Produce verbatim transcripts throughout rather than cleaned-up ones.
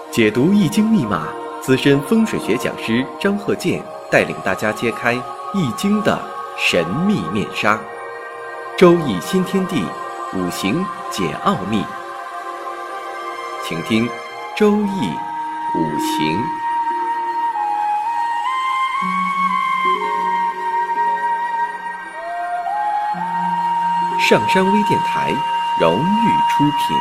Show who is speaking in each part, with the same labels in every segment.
Speaker 1: 解读易经密码，资深风水学讲师张鹤剑带领大家揭开易经的神秘面纱。周易新天地，五行解奥秘。请听周易五行。上山微电台荣誉出品。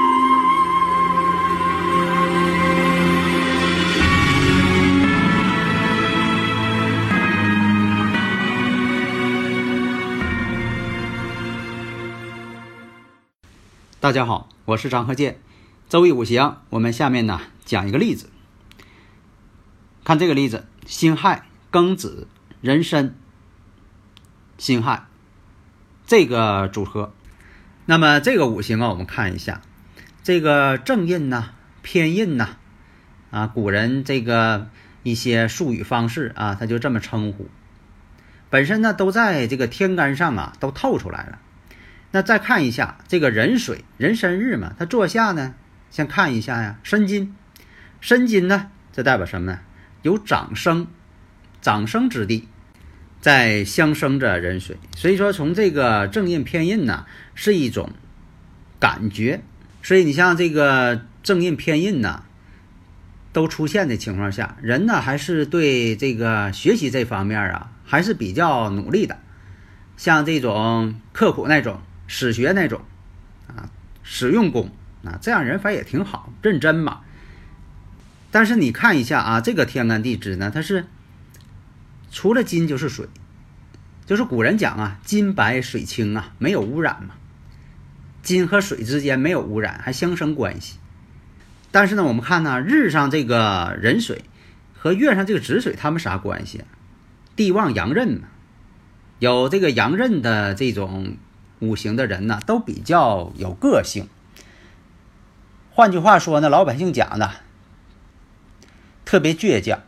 Speaker 2: 大家好，我是张鹤剑。周易五行，我们下面呢讲一个例子。看这个例子，辛亥、庚子、壬申、辛亥这个组合。那么这个五行啊，我们看一下，这个正印呢、偏印呢，啊，古人这个一些术语方式啊，他就这么称呼。本身呢都在这个天干上啊都透出来了。那再看一下这个壬水，壬申日嘛，它坐下呢，先看一下呀，申金，申金呢，这代表什么呢？有长生，长生之地，在相生着壬水。所以说从这个正印偏印呢，是一种感觉。所以你像这个正印偏印呢，都出现的情况下，人呢还是对这个学习这方面啊，还是比较努力的。像这种刻苦那种，史学那种啊，使用功啊，这样人反正也挺好，认真嘛。但是你看一下啊，这个天干地支呢，它是除了金就是水，就是古人讲啊，金白水清啊，没有污染嘛。金和水之间没有污染，还相生关系。但是呢，我们看呢，日上这个壬水和月上这个子水，它们啥关系啊？地旺阳刃嘛。有这个阳刃的这种五行的人呢，都比较有个性。换句话说呢，老百姓讲的特别倔强。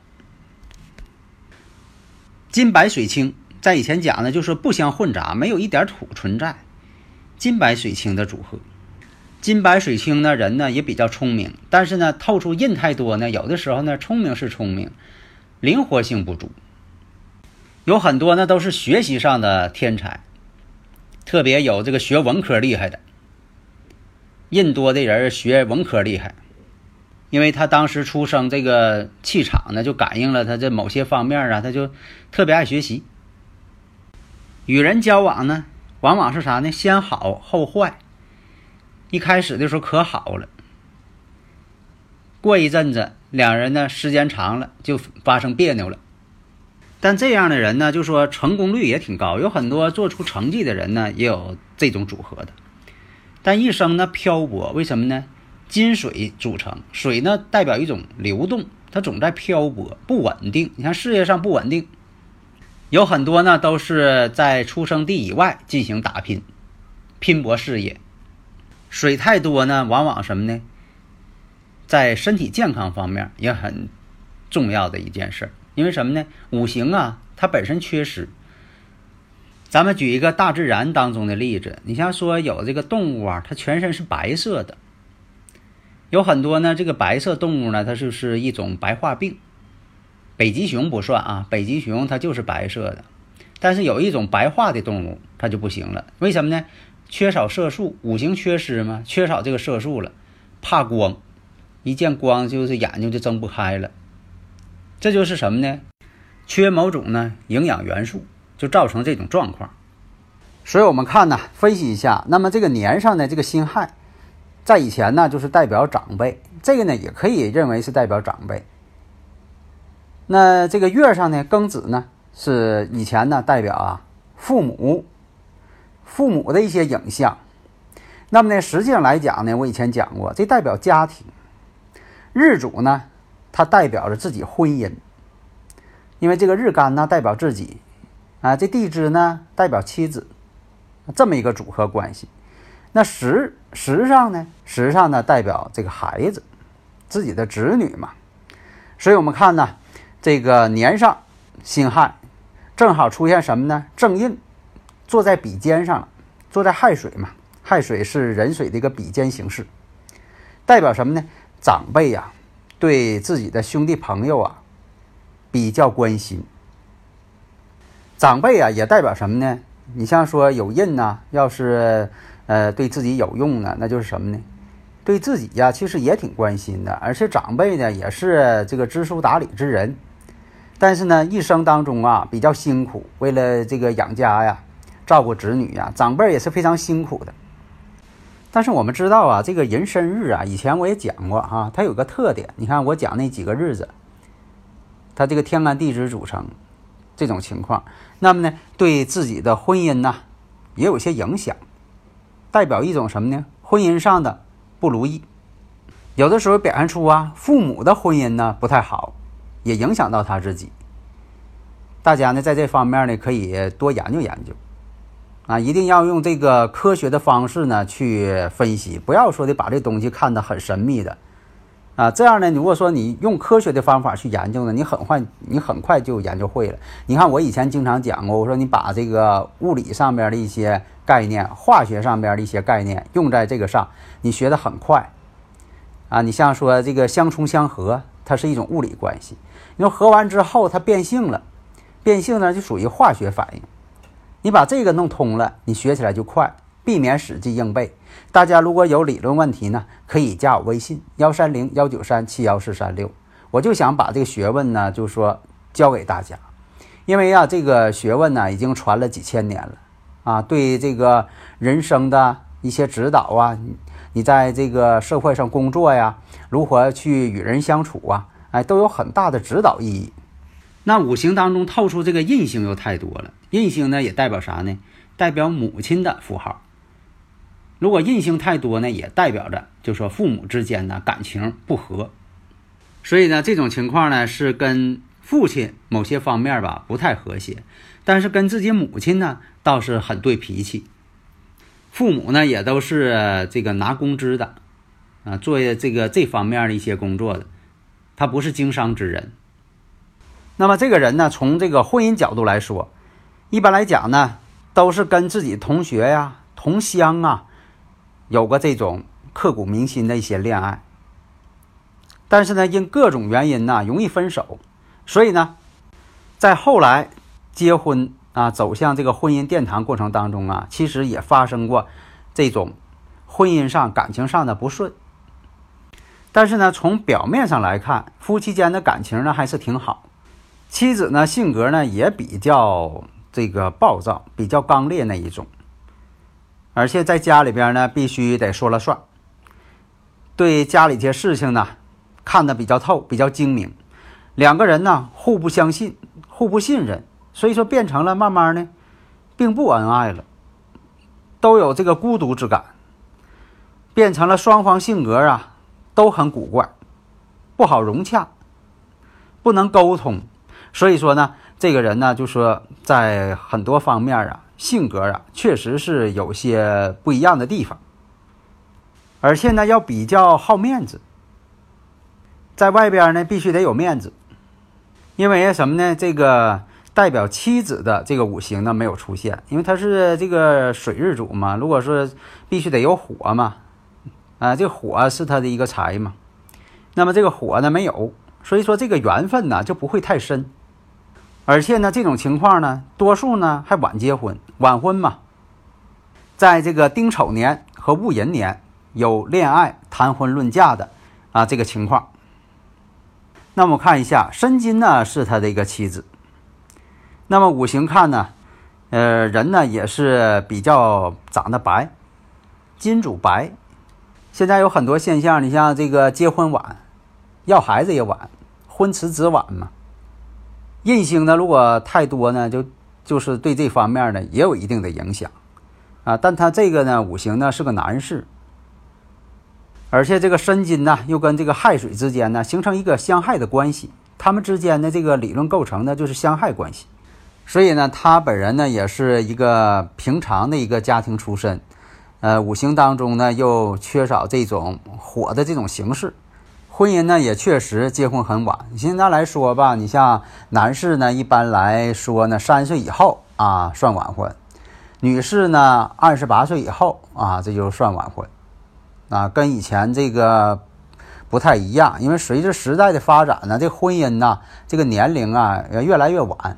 Speaker 2: 金白水清，在以前讲呢，就是不相混杂，没有一点土存在。金白水清的组合，金白水清呢，人呢也比较聪明，但是呢，透出印太多呢，有的时候呢，聪明是聪明，灵活性不足。有很多呢都是学习上的天才，特别有这个学文科厉害的，印多的人学文科厉害，因为他当时出生这个气场呢，就感应了他这某些方面啊，他就特别爱学习。与人交往呢，往往是啥呢？先好后坏。一开始的时候可好了，过一阵子两人呢时间长了就发生别扭了。但这样的人呢，就说成功率也挺高，有很多做出成绩的人呢，也有这种组合的。但一生呢漂泊，为什么呢？金水组成，水呢代表一种流动，它总在漂泊，不稳定。你看事业上不稳定，有很多呢都是在出生地以外进行打拼，拼搏事业。水太多呢，往往什么呢？在身体健康方面也很重要的一件事。因为什么呢？五行啊，它本身缺失。咱们举一个大自然当中的例子，你像说有这个动物啊，它全身是白色的，有很多呢，这个白色动物呢，它就是一种白化病。北极熊不算啊，北极熊它就是白色的，但是有一种白化的动物，它就不行了。为什么呢？缺少色素，五行缺失嘛，缺少这个色素了，怕光，一见光就是眼睛就睁不开了。这就是什么呢？缺某种呢营养元素，就造成这种状况。所以我们看呢，分析一下，那么这个年上的这个辛亥，在以前呢就是代表长辈，这个呢也可以认为是代表长辈。那这个月上呢庚子呢，是以前呢代表啊父母，父母的一些影像。那么呢实际上来讲呢，我以前讲过，这代表家庭。日主呢，它代表着自己婚姻，因为这个日干呢代表自己啊，这地支呢代表妻子，这么一个组合关系。那时时上呢，时上呢代表这个孩子，自己的子女嘛。所以我们看呢，这个年上辛亥正好出现什么呢？正印坐在比肩上了，坐在亥水嘛，亥水是壬水的一个比肩形式，代表什么呢？长辈呀、啊， 对自己的兄弟朋友啊比较关心。长辈啊也代表什么呢？你像说有印呐、啊，要是呃对自己有用呢，那就是什么呢？对自己呀、啊、其实也挺关心的，而且长辈呢也是这个知书达理之人，但是呢一生当中啊比较辛苦，为了这个养家呀、照顾子女呀，长辈也是非常辛苦的。但是我们知道啊，这个人生日啊，以前我也讲过哈、啊，它有个特点。你看我讲那几个日子，它这个天干地支组成这种情况，那么呢，对自己的婚姻呢也有些影响，代表一种什么呢？婚姻上的不如意，有的时候表现出啊，父母的婚姻呢不太好，也影响到他自己。大家呢在这方面呢可以多研究研究。啊，一定要用这个科学的方式呢去分析，不要说的把这东西看得很神秘的啊。这样呢，如果说你用科学的方法去研究呢，你很快你很快就研究会了。你看我以前经常讲过，我说你把这个物理上边的一些概念、化学上边的一些概念用在这个上，你学得很快啊。你像说这个相冲相合，它是一种物理关系，你说合完之后它变性了，变性呢就属于化学反应。你把这个弄通了，你学起来就快，避免死记硬背。大家如果有理论问题呢，可以加我微信幺三零幺九三七幺四三六，我就想把这个学问呢，就说教给大家。因为啊，这个学问呢已经传了几千年了啊，对这个人生的一些指导啊，你在这个社会上工作呀，如何去与人相处啊，哎，都有很大的指导意义。那五行当中透出这个印星又太多了，印星呢也代表啥呢？代表母亲的符号。如果印星太多呢，也代表着就说父母之间呢感情不和。所以呢这种情况呢是跟父亲某些方面吧不太和谐，但是跟自己母亲呢倒是很对脾气。父母呢也都是这个拿工资的啊，做这个这方面的一些工作的，他不是经商之人。那么这个人呢，从这个婚姻角度来说，一般来讲呢，都是跟自己同学呀、同乡啊，有过这种刻骨铭心的一些恋爱。但是呢，因各种原因呢，容易分手，所以呢，在后来结婚啊，走向这个婚姻殿堂过程当中啊，其实也发生过这种婚姻上、感情上的不顺。但是呢，从表面上来看，夫妻间的感情呢还是挺好。妻子呢性格呢也比较这个暴躁，比较刚烈那一种，而且在家里边呢必须得说了算，对家里这些事情呢看得比较透，比较精明。两个人呢互不相信，互不信任，所以说变成了慢慢呢并不恩爱了，都有这个孤独之感，变成了双方性格啊都很古怪，不好融洽，不能沟通。所以说呢，这个人呢，就说在很多方面啊，性格啊，确实是有些不一样的地方，而且呢，要比较好面子，在外边呢，必须得有面子，因为什么呢？这个代表妻子的这个五行呢没有出现，因为他是这个水日主嘛，如果说必须得有火嘛，啊，这个火是他的一个财嘛，那么这个火呢没有，所以说这个缘分呢就不会太深。而且呢，这种情况呢，多数呢还晚结婚，晚婚嘛，在这个丁丑年和戊寅年有恋爱、谈婚论嫁的啊这个情况。那么我看一下，申金呢是他的一个妻子。那么五行看呢，呃，人呢也是比较长得白，金主白。现在有很多现象，你像这个结婚晚，要孩子也晚，婚迟子晚嘛。印星呢，如果太多呢，就就是对这方面呢也有一定的影响啊。但他这个呢，五行呢是个男士，而且这个申金呢又跟这个亥水之间呢形成一个相害的关系，他们之间的这个理论构成呢就是相害关系。所以呢，他本人呢也是一个平常的一个家庭出身，呃，五行当中呢又缺少这种火的这种形式。婚姻呢也确实结婚很晚，现在来说吧，你像男士呢一般来说呢三岁以后啊算晚婚，女士呢二十八岁以后啊这就算晚婚啊，跟以前这个不太一样，因为随着时代的发展呢，这婚姻呢，这个年龄啊越来越晚，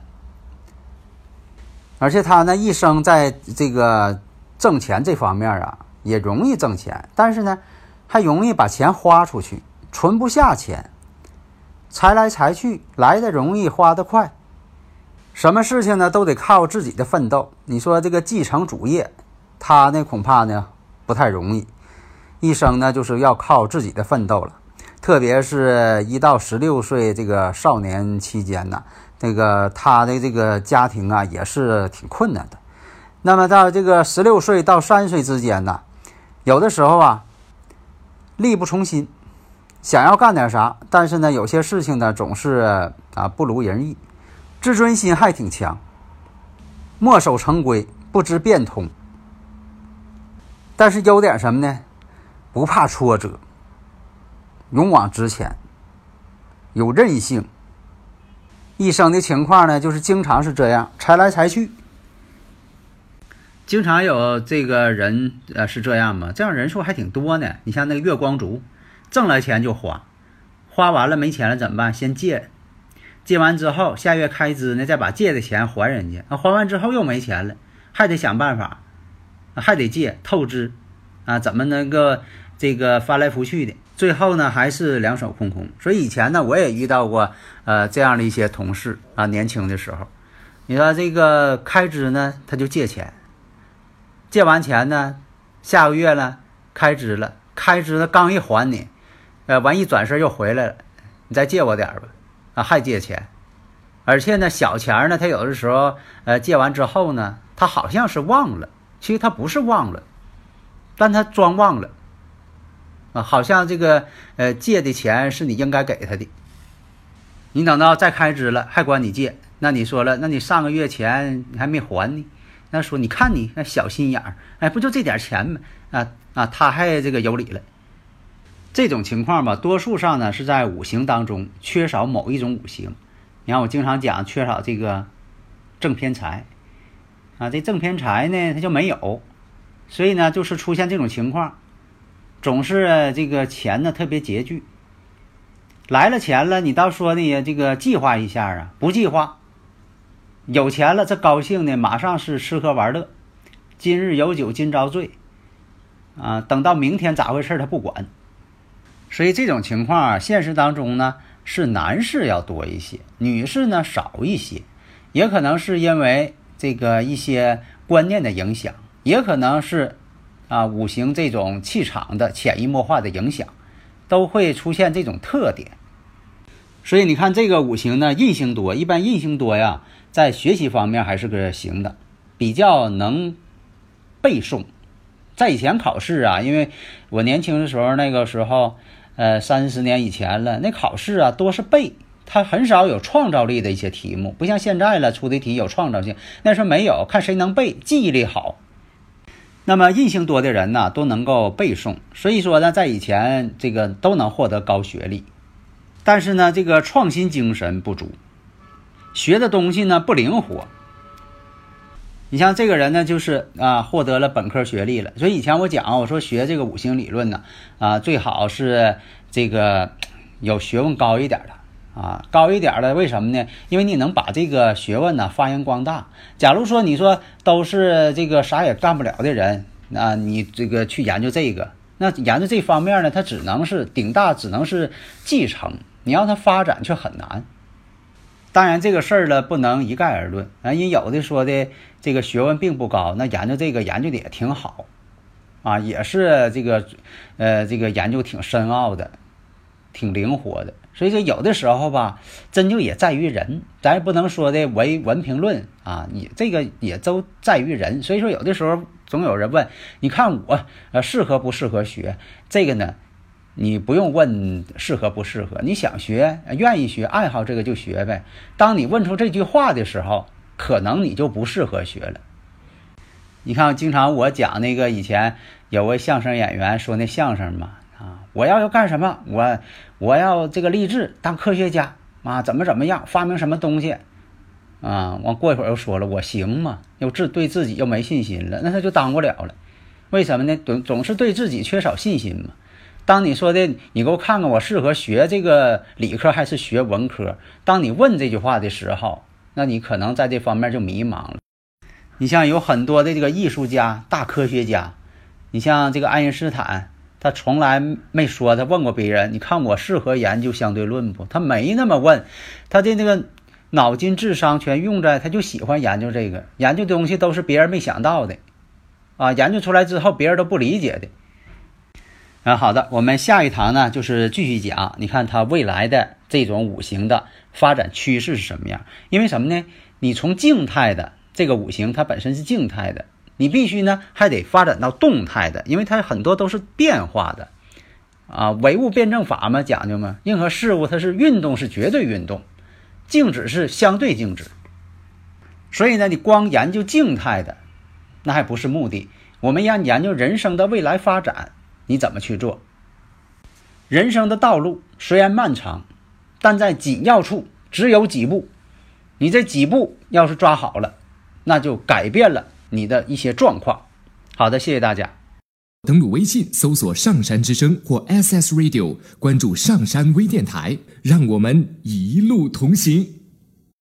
Speaker 2: 而且他呢一生在这个挣钱这方面啊也容易挣钱，但是呢还容易把钱花出去，存不下钱，财来财去，来的容易花得快，什么事情呢都得靠自己的奋斗。你说这个继承主业，他呢恐怕呢不太容易，一生呢就是要靠自己的奋斗了。特别是一到十六岁这个少年期间呢，这个他的这个家庭啊也是挺困难的。那么到这个十六岁到三岁之间呢，有的时候啊力不从心，想要干点啥，但是呢有些事情呢总是啊不如人意，自尊心还挺强，墨守成规，不知变通。但是优点什么呢？不怕挫折，勇往直前，有韧性。一生的情况呢就是经常是这样，财来财去。经常有这个人呃是这样吗？这样人数还挺多呢。你像那个月光族，挣来钱就花，花完了没钱了怎么办？先借，借完之后下月开支呢，再把借的钱还人家，还完之后又没钱了，还得想办法，还得借透支啊，怎么能够这个翻来覆去的，最后呢还是两手空空。所以以前呢我也遇到过呃这样的一些同事啊，年轻的时候，你说这个开支呢他就借钱，借完钱呢下个月了开支了，开支了刚一还你，呃完一转身又回来了，你再借我点吧，啊还借钱。而且呢小钱呢他有的时候呃借完之后呢，他好像是忘了，其实他不是忘了，但他装忘了啊，好像这个呃借的钱是你应该给他的，你等到再开支了还管你借，那你说了，那你上个月钱你还没还呢，那说你看你那小心眼儿，哎不就这点钱吗？啊啊他还这个有理了。这种情况吧，多数上呢是在五行当中缺少某一种五行。你看我经常讲缺少这个正偏财啊，这正偏财呢它就没有，所以呢就是出现这种情况，总是这个钱呢特别拮据，来了钱了你倒说呢这个计划一下啊，不计划，有钱了这高兴呢马上是吃喝玩乐，今日有酒今朝醉啊，等到明天咋回事他不管。所以这种情况啊，现实当中呢是男士要多一些，女士呢少一些，也可能是因为这个一些观念的影响，也可能是啊五行这种气场的潜移默化的影响，都会出现这种特点。所以你看这个五行呢印星多，一般印星多呀在学习方面还是个行的，比较能背诵。在以前考试啊，因为我年轻的时候那个时候呃，三十年以前了，那考试啊多是背，它很少有创造力的一些题目，不像现在了出的题有创造性，那时候没有，看谁能背，记忆力好。那么印星多的人呢都能够背诵，所以说呢在以前这个都能获得高学历，但是呢这个创新精神不足，学的东西呢不灵活。你像这个人呢就是啊获得了本科学历了，所以以前我讲我说学这个五行理论呢啊最好是这个有学问高一点的啊，高一点的为什么呢？因为你能把这个学问呢发扬光大。假如说你说都是这个啥也干不了的人啊，你这个去研究这个，那研究这方面呢它只能是顶大只能是继承，你让它发展却很难。当然这个事儿呢不能一概而论啊，因为有的说的这个学问并不高，那研究这个研究的也挺好啊，也是这个呃这个研究挺深奥的，挺灵活的。所以说有的时候吧真就也在于人，咱也不能说的唯文评论啊，你这个也都在于人。所以说有的时候总有人问，你看我呃适合不适合学这个呢，你不用问适合不适合，你想学愿意学爱好这个就学呗。当你问出这句话的时候，可能你就不适合学了。你看经常我讲那个以前有位相声演员说那相声嘛啊，我要要干什么，我我要这个立志当科学家啊，怎么怎么样发明什么东西啊，完过一会儿又说了我行吗？又自对自己又没信心了，那他就当不了了。为什么呢？总总是对自己缺少信心嘛。 当你说的你给我看看我适合学这个理科还是学文科，当你问这句话的时候，那你可能在这方面就迷茫了。你像有很多的这个艺术家、大科学家，你像这个爱因斯坦，他从来没说他问过别人，你看我适合研究相对论不？他没那么问，他的那个脑筋智商全用在他就喜欢研究这个，研究的东西都是别人没想到的啊，研究出来之后别人都不理解的。啊，好的，我们下一堂呢就是继续讲，你看它未来的这种五行的发展趋势是什么样？因为什么呢？你从静态的这个五行它本身是静态的，你必须呢还得发展到动态的，因为它很多都是变化的啊，唯物辩证法嘛，讲究嘛，任何事物它是运动是绝对运动，静止是相对静止。所以呢，你光研究静态的那还不是目的，我们要研究人生的未来发展，你怎么去做？人生的道路虽然漫长，但在紧要处只有几步，你这几步要是抓好了，那就改变了你的一些状况。好的，谢谢大家。
Speaker 3: 登录微信搜索上山之声或 S S Radio， 关注上山微电台，让我们一路同行。